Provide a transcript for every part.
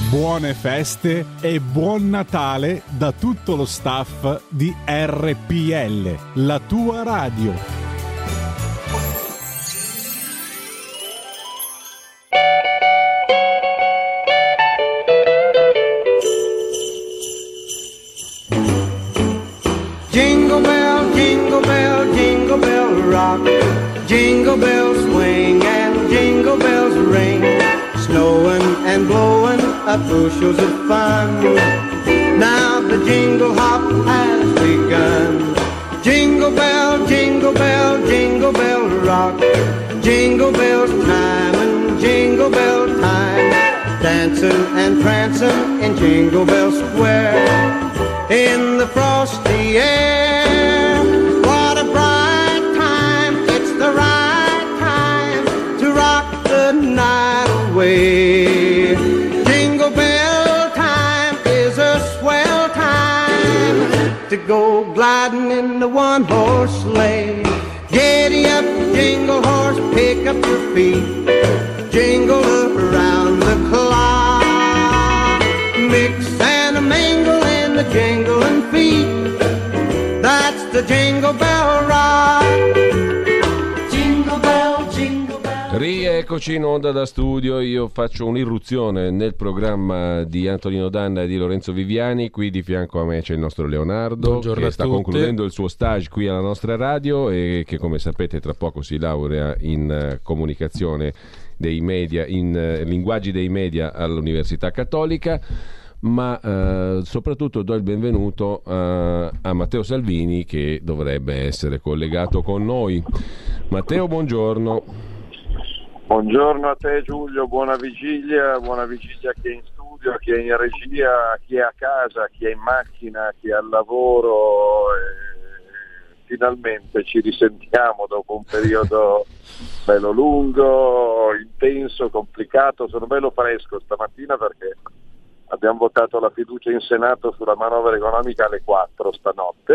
buone feste e buon Natale da tutto lo staff di RPL, la tua radio. Jingle bell, jingle bell, jingle bell rock. Jingle bells swing and jingle bells ring. Snowing and blowing up bushels of fun. Now the jingle hop has begun. Jingle bell, jingle bell, jingle bell rock. Jingle bells time and jingle bell time. Dancing and prancing in Jingle Bell Square. In the frosty air, what a bright time. It's the right time to rock the night away. Jingle bell time is a swell time to go gliding in the one-horse sleigh. Giddy up, jingle horse, pick up your feet. Jingle around the clock. Mix and a mingle in the jingling feet. That's the Jingle Bell Rock. Jingle bell, jingle bell. Rieccoci in onda da studio. Io faccio un'irruzione nel programma di Antonino Danna e di Lorenzo Viviani. Qui di fianco a me c'è il nostro Leonardo. Buongiorno che a sta tutti. concludendo il suo stage qui alla nostra radio e che, come sapete, tra poco si laurea in comunicazione dei media, in linguaggi dei media all'Università Cattolica. Ma soprattutto do il benvenuto a Matteo Salvini, che dovrebbe essere collegato con noi. Matteo, buongiorno. Buongiorno a te Giulio, buona vigilia a chi è in studio, a chi è in regia, a chi è a casa, a chi è in macchina, a chi è al lavoro. Finalmente ci risentiamo dopo un periodo bello lungo, intenso, complicato. Sono bello fresco stamattina perché abbiamo votato la fiducia in Senato sulla manovra economica alle 4 stanotte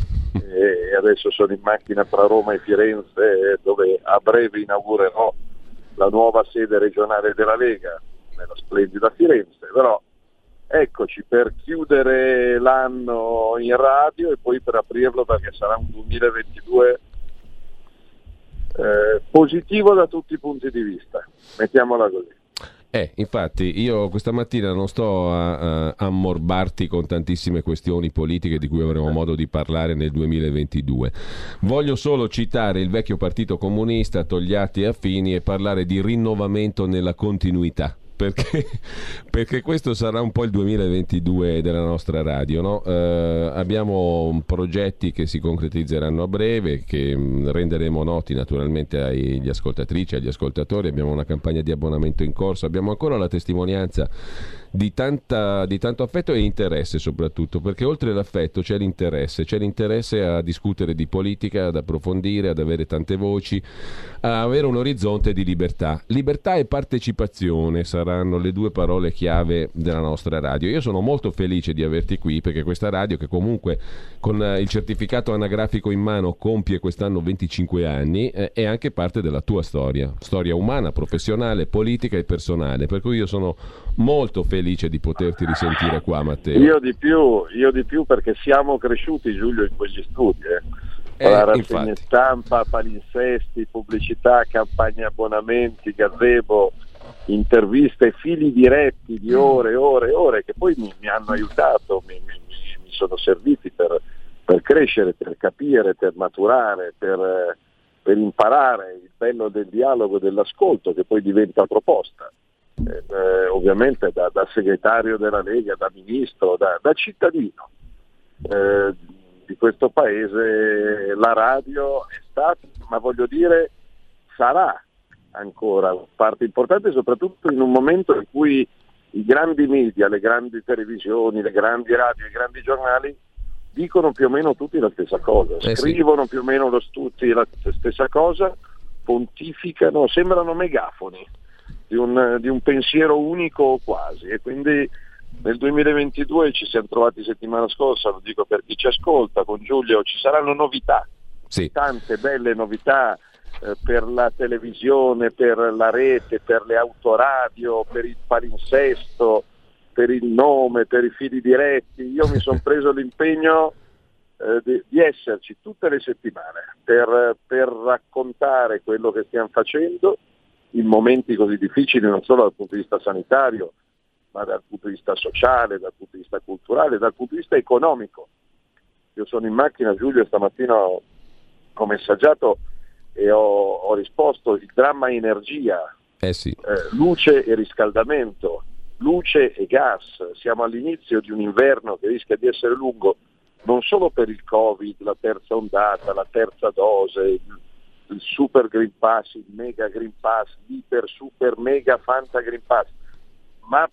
e adesso sono in macchina tra Roma e Firenze, dove a breve inaugurerò la nuova sede regionale della Lega nella splendida Firenze. Però eccoci per chiudere l'anno in radio e poi per aprirlo, perché sarà un 2022 positivo da tutti i punti di vista, mettiamola così. Infatti io questa mattina non sto a ammorbarti con tantissime questioni politiche di cui avremo modo di parlare nel 2022. Voglio solo citare il vecchio Partito Comunista, Togliatti e affini, e parlare di rinnovamento nella continuità. Perché questo sarà un po' il 2022 della nostra radio, no? Abbiamo progetti che si concretizzeranno a breve, che renderemo noti naturalmente agli ascoltatrici, agli ascoltatori. Abbiamo una campagna di abbonamento in corso, abbiamo ancora la testimonianza di tanto affetto e interesse, soprattutto perché oltre l'affetto c'è l'interesse a discutere di politica, ad approfondire, ad avere tante voci, a avere un orizzonte di libertà. Libertà e partecipazione saranno le due parole chiave della nostra radio. Io sono molto felice di averti qui, perché questa radio, che comunque con il certificato anagrafico in mano compie quest'anno 25 anni, è anche parte della tua storia umana, professionale, politica e personale, per cui io sono molto felice di poterti risentire qua, Matteo. Io di più perché siamo cresciuti, Giulio, in quegli studi, la rassegna stampa, palinsesti, pubblicità, campagne abbonamenti, gazebo, interviste, fili diretti di ore e ore e ore, che poi mi hanno aiutato, mi sono serviti per crescere, per capire, per maturare, per imparare il bello del dialogo, dell'ascolto, che poi diventa proposta. Ovviamente da segretario della Lega, da ministro, da cittadino di questo paese, la radio è stata, ma voglio dire sarà ancora parte importante, soprattutto in un momento in cui i grandi media, le grandi televisioni, le grandi radio, i grandi giornali dicono più o meno tutti la stessa cosa, scrivono più o meno tutti la stessa cosa, pontificano, sembrano megafoni di un pensiero unico quasi, e quindi nel 2022 ci siamo trovati settimana scorsa, lo dico per chi ci ascolta, con Giulio ci saranno novità, tante belle novità per la televisione, per la rete, per le autoradio, per il palinsesto, per il nome, per i fili diretti. Io mi sono preso l'impegno di esserci tutte le settimane per raccontare quello che stiamo facendo in momenti così difficili, non solo dal punto di vista sanitario, ma dal punto di vista sociale, dal punto di vista culturale, dal punto di vista economico. Io sono in macchina, Giulio, e stamattina ho messaggiato e ho risposto: il dramma energia, sì. Luce e riscaldamento, luce e gas. Siamo all'inizio di un inverno che rischia di essere lungo, non solo per il Covid, la terza ondata, la terza dose, il super Green Pass, il mega Green Pass, l'iper super mega Fanta Green Pass, ma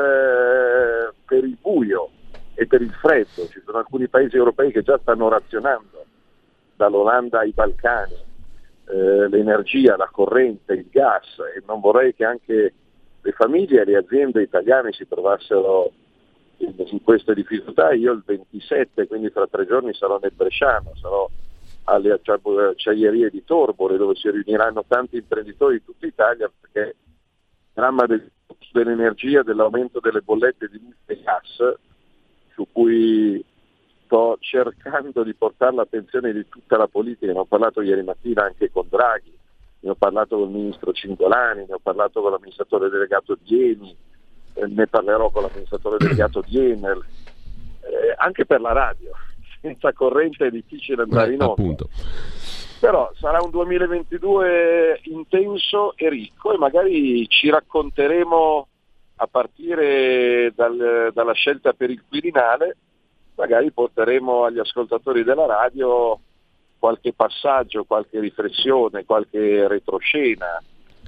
per il buio e per il freddo. Ci sono alcuni paesi europei che già stanno razionando, dall'Olanda ai Balcani, l'energia, la corrente, il gas, e non vorrei che anche le famiglie e le aziende italiane si trovassero in queste difficoltà. Io il 27, quindi fra 3 giorni, sarò nel Bresciano, sarò alle acciaierie di Torbole, dove si riuniranno tanti imprenditori di tutta Italia, perché il dramma dell'energia, dell'aumento delle bollette di luce e gas, su cui sto cercando di portare l'attenzione di tutta la politica. Ne ho parlato ieri mattina anche con Draghi, ne ho parlato con il ministro Cingolani, ne ho parlato con l'amministratore delegato di Eni, ne parlerò con l'amministratore delegato di Enel, anche per la radio. Senza corrente è difficile andare in onda. Appunto. Però sarà un 2022 intenso e ricco, e magari ci racconteremo, a partire dalla scelta per il Quirinale, magari porteremo agli ascoltatori della radio qualche passaggio, qualche riflessione, qualche retroscena,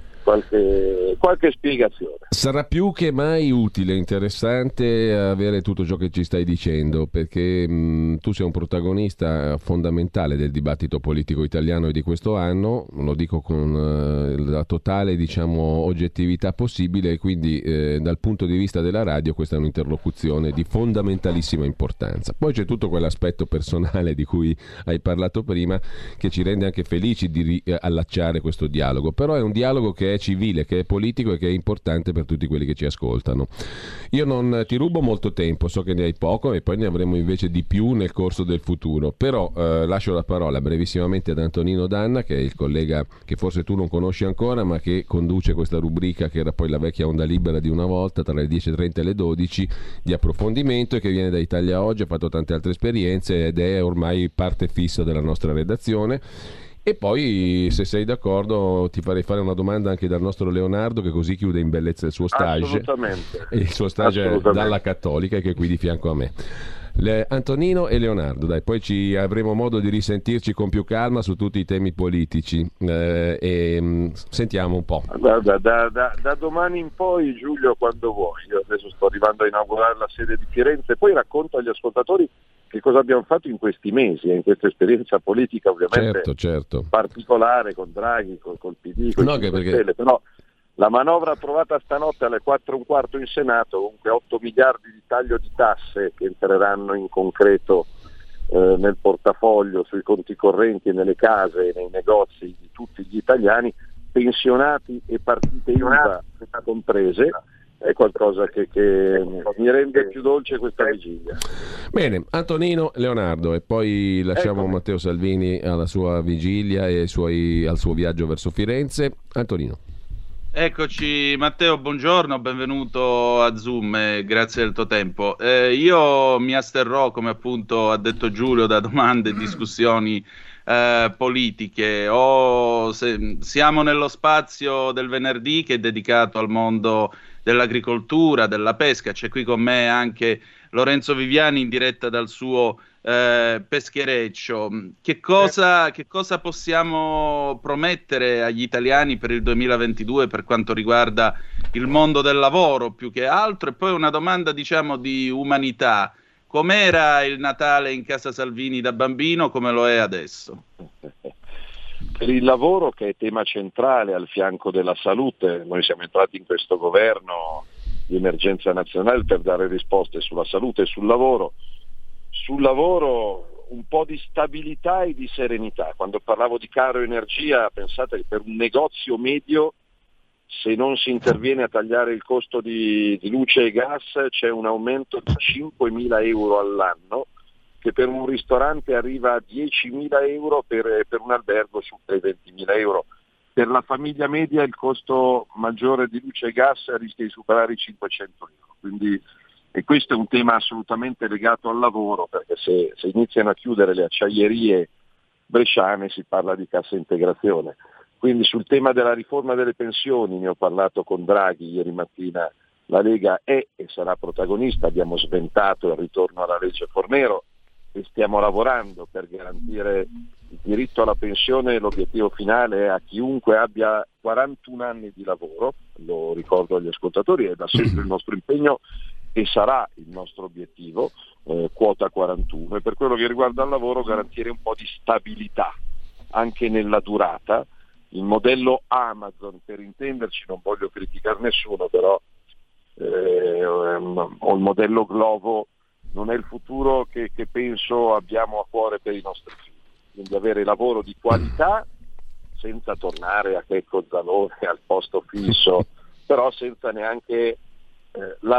qualche spiegazione. Sarà più che mai utile, interessante avere tutto ciò che ci stai dicendo, perché tu sei un protagonista fondamentale del dibattito politico italiano e di questo anno, lo dico con la totale, oggettività possibile, e quindi dal punto di vista della radio questa è un'interlocuzione di fondamentalissima importanza. Poi c'è tutto quell'aspetto personale di cui hai parlato prima, che ci rende anche felici di allacciare questo dialogo, però è un dialogo che è civile, che è politico e che è importante per tutti quelli che ci ascoltano. Io non ti rubo molto tempo, so che ne hai poco e poi ne avremo invece di più nel corso del futuro, però lascio la parola brevissimamente ad Antonino Danna, che è il collega che forse tu non conosci ancora, ma che conduce questa rubrica che era poi la vecchia Onda Libera di una volta, tra le 10.30 e le 12, di approfondimento, e che viene da Italia Oggi, ha fatto tante altre esperienze ed è ormai parte fissa della nostra redazione. E poi, se sei d'accordo, ti farei fare una domanda anche dal nostro Leonardo, che così chiude in bellezza il suo stage. Assolutamente. Il suo stage dalla Cattolica, che è qui di fianco a me. Antonino e Leonardo, dai, poi ci avremo modo di risentirci con più calma su tutti i temi politici, sentiamo un po'. Guarda, da domani in poi, Giulio, quando vuoi. Io adesso sto arrivando a inaugurare la sede di Firenze, poi racconto agli ascoltatori che cosa abbiamo fatto in questi mesi, in questa esperienza politica ovviamente certo. particolare, con Draghi, col PD, con i 5 Stelle, però la manovra approvata stanotte alle 4:15 in Senato, comunque 8 miliardi di taglio di tasse che entreranno in concreto nel portafoglio, sui conti correnti e nelle case e nei negozi di tutti gli italiani, pensionati e partite IVA comprese, è qualcosa che mi rende più dolce questa vigilia. Bene, Antonino, Leonardo, e poi lasciamo Matteo Salvini alla sua vigilia e al suo viaggio verso Firenze. Antonino. Eccoci Matteo, buongiorno, benvenuto a Zoom, grazie del tuo tempo. Io mi asterrò, come appunto ha detto Giulio, da domande e discussioni politiche. Siamo nello spazio del venerdì, che è dedicato al mondo dell'agricoltura, della pesca. C'è qui con me anche Lorenzo Viviani in diretta dal suo peschereccio. Che cosa possiamo promettere agli italiani per il 2022 per quanto riguarda il mondo del lavoro più che altro? E poi una domanda di umanità: com'era il Natale in casa Salvini da bambino, come lo è adesso? Per il lavoro, che è tema centrale al fianco della salute, noi siamo entrati in questo governo di emergenza nazionale per dare risposte sulla salute e sul lavoro. Sul lavoro un po' di stabilità e di serenità. Quando parlavo di caro energia, pensate che per un negozio medio se non si interviene a tagliare il costo di luce e gas c'è un aumento di 5.000 euro all'anno, che per un ristorante arriva a 10.000 euro, per un albergo supera i 20.000 euro. Per la famiglia media il costo maggiore di luce e gas rischia di superare i 500 euro. Quindi, e questo è un tema assolutamente legato al lavoro, perché se iniziano a chiudere le acciaierie bresciane si parla di cassa integrazione. Quindi sul tema della riforma delle pensioni ne ho parlato con Draghi ieri mattina. La Lega è e sarà protagonista, abbiamo sventato il ritorno alla legge Fornero e stiamo lavorando per garantire il diritto alla pensione. L'obiettivo finale è a chiunque abbia 41 anni di lavoro, lo ricordo agli ascoltatori, è da sempre il nostro impegno e sarà il nostro obiettivo, quota 41, e per quello che riguarda il lavoro garantire un po' di stabilità anche nella durata. Il modello Amazon, per intenderci, non voglio criticare nessuno, però o il modello Glovo non è il futuro che penso abbiamo a cuore per i nostri figli. Quindi avere lavoro di qualità senza tornare a Checco Zalone al posto fisso, però senza neanche la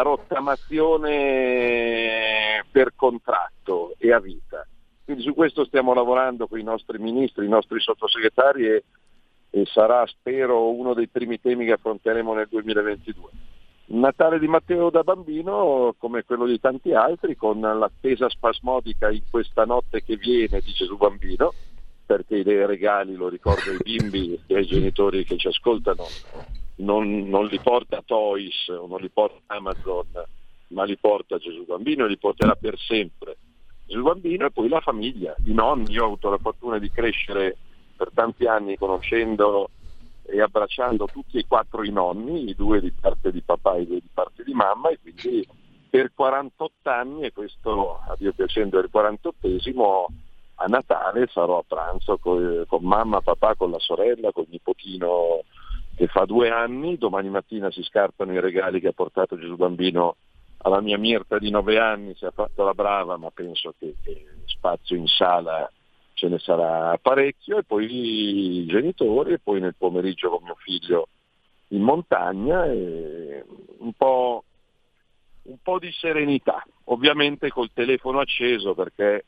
rottamazione per contratto e a vita. Quindi su questo stiamo lavorando con i nostri ministri, i nostri sottosegretari e sarà, spero, uno dei primi temi che affronteremo nel 2022. Il Natale di Matteo da bambino, come quello di tanti altri, con l'attesa spasmodica in questa notte che viene di Gesù Bambino, perché i regali, lo ricordo ai bimbi e ai genitori che ci ascoltano, non li porta Toys o non li porta Amazon, ma li porta Gesù Bambino e li porterà per sempre Gesù Bambino. E poi la famiglia, i nonni. Io ho avuto la fortuna di crescere per tanti anni conoscendo e abbracciando tutti e 4 i nonni, i 2 di parte di papà e i 2 di parte di mamma, e quindi per 48 anni, e questo a Dio piacendo è il 48esimo, a Natale sarò a pranzo con mamma, papà, con la sorella, con il nipotino che fa 2 anni. Domani mattina si scartano i regali che ha portato Gesù Bambino alla mia Mirta di 9 anni, si è fatto la brava, ma penso che spazio in sala ce ne sarà parecchio, e poi i genitori, e poi nel pomeriggio con mio figlio in montagna, e un po' di serenità, ovviamente col telefono acceso, perché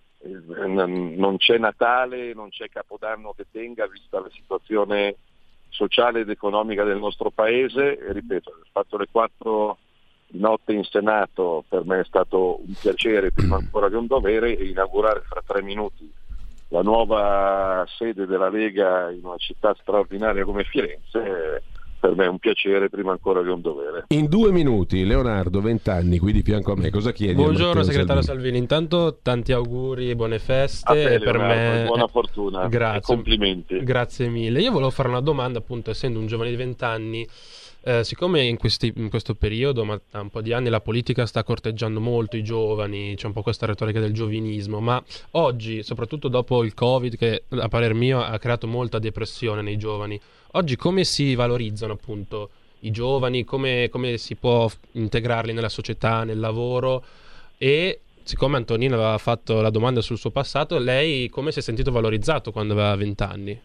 non c'è Natale, non c'è Capodanno che tenga, vista la situazione sociale ed economica del nostro paese. E ripeto, ho fatto le 4 di notte in Senato, per me è stato un piacere prima ancora che un dovere, e inaugurare fra 3 minuti la nuova sede della Lega in una città straordinaria come Firenze per me è un piacere prima ancora che un dovere. In 2 minuti, Leonardo, 20 anni, qui di fianco a me, cosa chiedi? Buongiorno segretario Salvini, intanto tanti auguri e buone feste. A te, per Leonardo, me buona fortuna. Grazie. E complimenti. Grazie mille. Io volevo fare una domanda, appunto, essendo un giovane di 20 anni, siccome in questo periodo, ma da un po' di anni, la politica sta corteggiando molto i giovani, c'è un po' questa retorica del giovinismo, ma oggi, soprattutto dopo il Covid, che a parer mio ha creato molta depressione nei giovani, oggi come si valorizzano appunto i giovani, come si può integrarli nella società, nel lavoro? E siccome Antonino aveva fatto la domanda sul suo passato, lei come si è sentito valorizzato quando aveva 20 anni?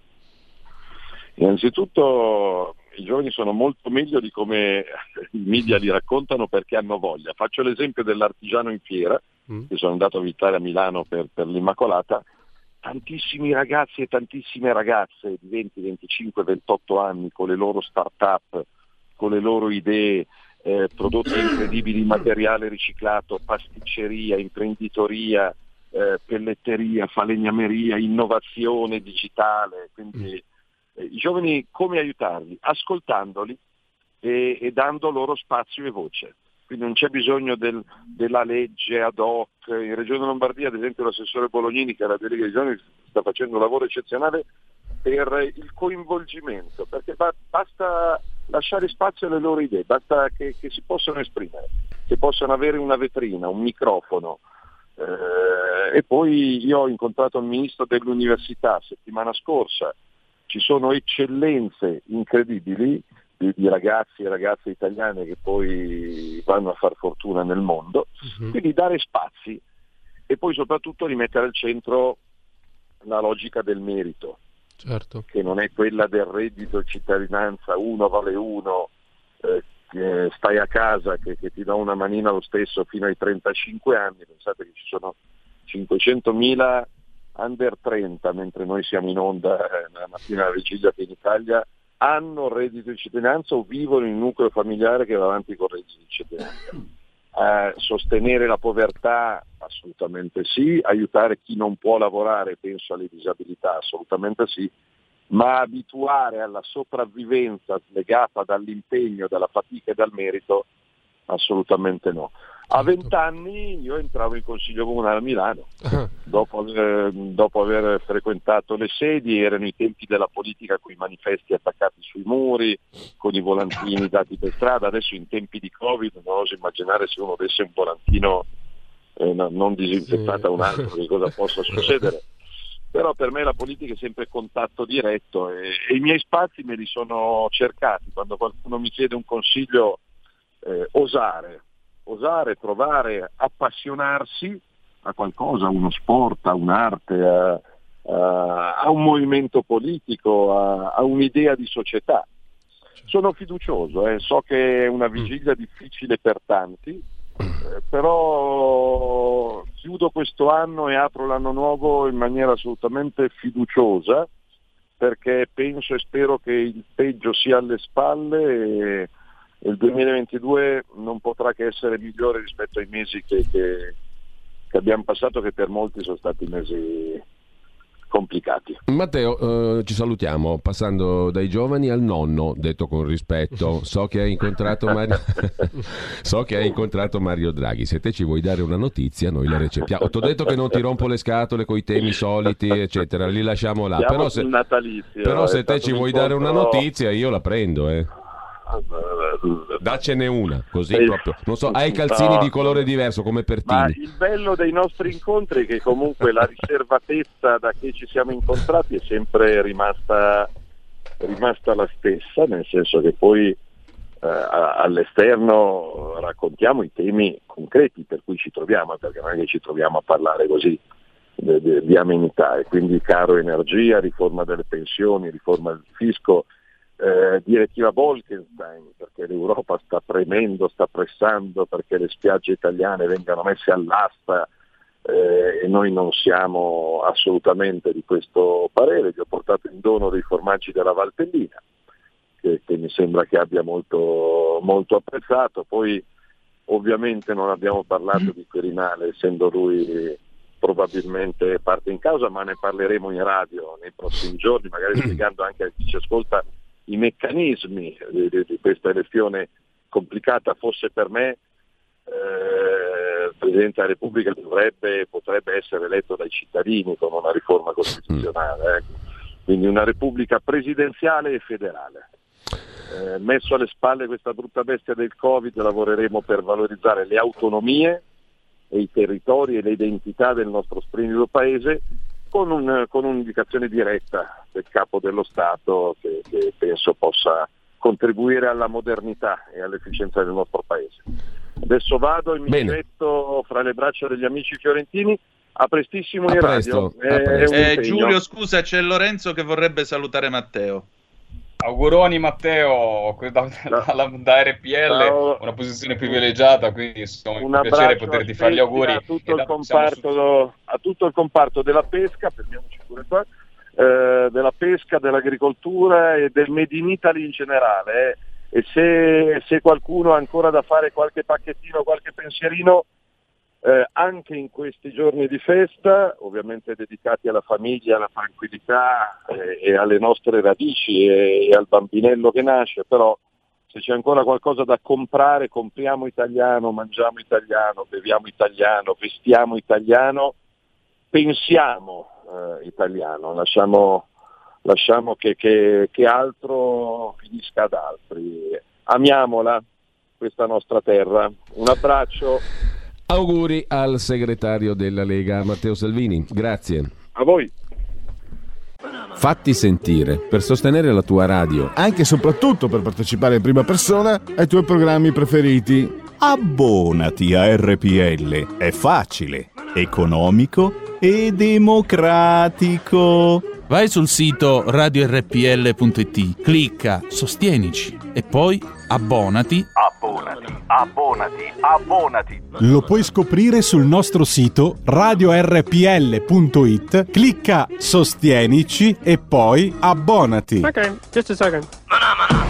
Innanzitutto i giovani sono molto meglio di come i media li raccontano, perché hanno voglia. Faccio l'esempio dell'artigiano in fiera, che sono andato a visitare a Milano per l'Immacolata. Tantissimi ragazzi e tantissime ragazze di 20, 25, 28 anni con le loro start-up, con le loro idee, prodotti incredibili, materiale riciclato, pasticceria, imprenditoria, pelletteria, falegnameria, innovazione digitale. Quindi i giovani come aiutarli? Ascoltandoli e dando loro spazio e voce. Quindi non c'è bisogno della legge ad hoc. In Regione Lombardia, ad esempio, l'assessore Bolognini, che è la delega dei giovani, sta facendo un lavoro eccezionale per il coinvolgimento, perché basta lasciare spazio alle loro idee, basta che si possano esprimere, che possano avere una vetrina, un microfono. E poi io ho incontrato il ministro dell'università settimana scorsa. Ci sono eccellenze incredibili di ragazzi e ragazze italiane che poi vanno a far fortuna nel mondo. Quindi dare spazi e poi soprattutto rimettere al centro la logica del merito. certo, che non è quella del reddito cittadinanza, uno vale uno, stai a casa che ti dà una manina lo stesso fino ai 35 anni. Pensate che ci sono 500.000 under 30, mentre noi siamo in onda la mattina alla vigilia, che in Italia hanno il reddito di cittadinanza o vivono in un nucleo familiare che va avanti con il reddito di cittadinanza. Sostenere la povertà? Assolutamente sì. Aiutare chi non può lavorare, penso alle disabilità, assolutamente sì, ma abituare alla sopravvivenza slegata dall'impegno, dalla fatica e dal merito, assolutamente no. A 20 anni io entravo in Consiglio Comunale a Milano, dopo aver frequentato le sedi. Erano i tempi della politica con i manifesti attaccati sui muri, con i volantini dati per strada. Adesso in tempi di Covid non oso immaginare se uno avesse un volantino non disinfettato a un altro, che cosa possa succedere. Però per me la politica è sempre contatto diretto e i miei spazi me li sono cercati. Quando qualcuno mi chiede un consiglio, osare, provare, appassionarsi a qualcosa, a uno sport, a un'arte, a un movimento politico, a un'idea di società. Sono fiducioso, so che è una vigilia difficile per tanti, però chiudo questo anno e apro l'anno nuovo in maniera assolutamente fiduciosa, perché penso e spero che il peggio sia alle spalle e il 2022 non potrà che essere migliore rispetto ai mesi che abbiamo passato, che per molti sono stati mesi complicati. Matteo, ci salutiamo passando dai giovani al nonno, detto con rispetto. So che hai incontrato Mario Draghi. Se te ci vuoi dare una notizia, noi la recepiamo. T'ho detto che non ti rompo le scatole coi temi soliti, eccetera, li lasciamo là. Però se te ci vuoi dare una notizia, io la prendo, Daccene una, così proprio. Non so, hai calzini di colore diverso come Pertini. Ma il bello dei nostri incontri è che comunque la riservatezza da che ci siamo incontrati è sempre rimasta la stessa, nel senso che poi all'esterno raccontiamo i temi concreti per cui ci troviamo, perché non è che ci troviamo a parlare così di amenità, e quindi caro energia, riforma delle pensioni, riforma del fisco, direttiva Bolkestein, perché l'Europa sta premendo, sta pressando perché le spiagge italiane vengano messe all'asta, e noi non siamo assolutamente di questo parere. Vi ho portato in dono dei formaggi della Valtellina che mi sembra che abbia molto, molto apprezzato. Poi ovviamente non abbiamo parlato di Quirinale, essendo lui probabilmente parte in causa, ma ne parleremo in radio nei prossimi giorni, magari spiegando anche a chi ci ascolta i meccanismi di questa elezione complicata. Fosse per me, il Presidente della Repubblica potrebbe essere eletto dai cittadini con una riforma costituzionale, quindi una Repubblica presidenziale e federale. Messo alle spalle questa brutta bestia del Covid, lavoreremo per valorizzare le autonomie e i territori e le identità del nostro splendido paese, con un'indicazione diretta del Capo dello Stato che penso possa contribuire alla modernità e all'efficienza del nostro paese. Adesso vado e mi metto fra le braccia degli amici fiorentini. A prestissimo in radio. Giulio, scusa, c'è Lorenzo che vorrebbe salutare Matteo. Auguroni Matteo, da RPL, ciao. Una posizione privilegiata, quindi insomma, un piacere poterti fare gli auguri a tutto il comparto della pesca, fermiamoci pure qua, della pesca, dell'agricoltura e del Made in Italy in generale. E se qualcuno ha ancora da fare qualche pacchettino, qualche pensierino, anche in questi giorni di festa, ovviamente dedicati alla famiglia, alla tranquillità e alle nostre radici e al bambinello che nasce, però se c'è ancora qualcosa da comprare, compriamo italiano, mangiamo italiano, beviamo italiano, vestiamo italiano, pensiamo italiano, lasciamo che altro finisca ad altri. Amiamola questa nostra terra. Un abbraccio. Auguri al segretario della Lega Matteo Salvini, grazie. A voi. Fatti sentire per sostenere la tua radio, anche e soprattutto per partecipare in prima persona ai tuoi programmi preferiti. Abbonati a RPL, è facile, economico e democratico. Vai sul sito radiorpl.it, clicca Sostienici e poi abbonati. Lo puoi scoprire sul nostro sito radiorpl.it, clicca Sostienici e poi abbonati. Ok, just a second.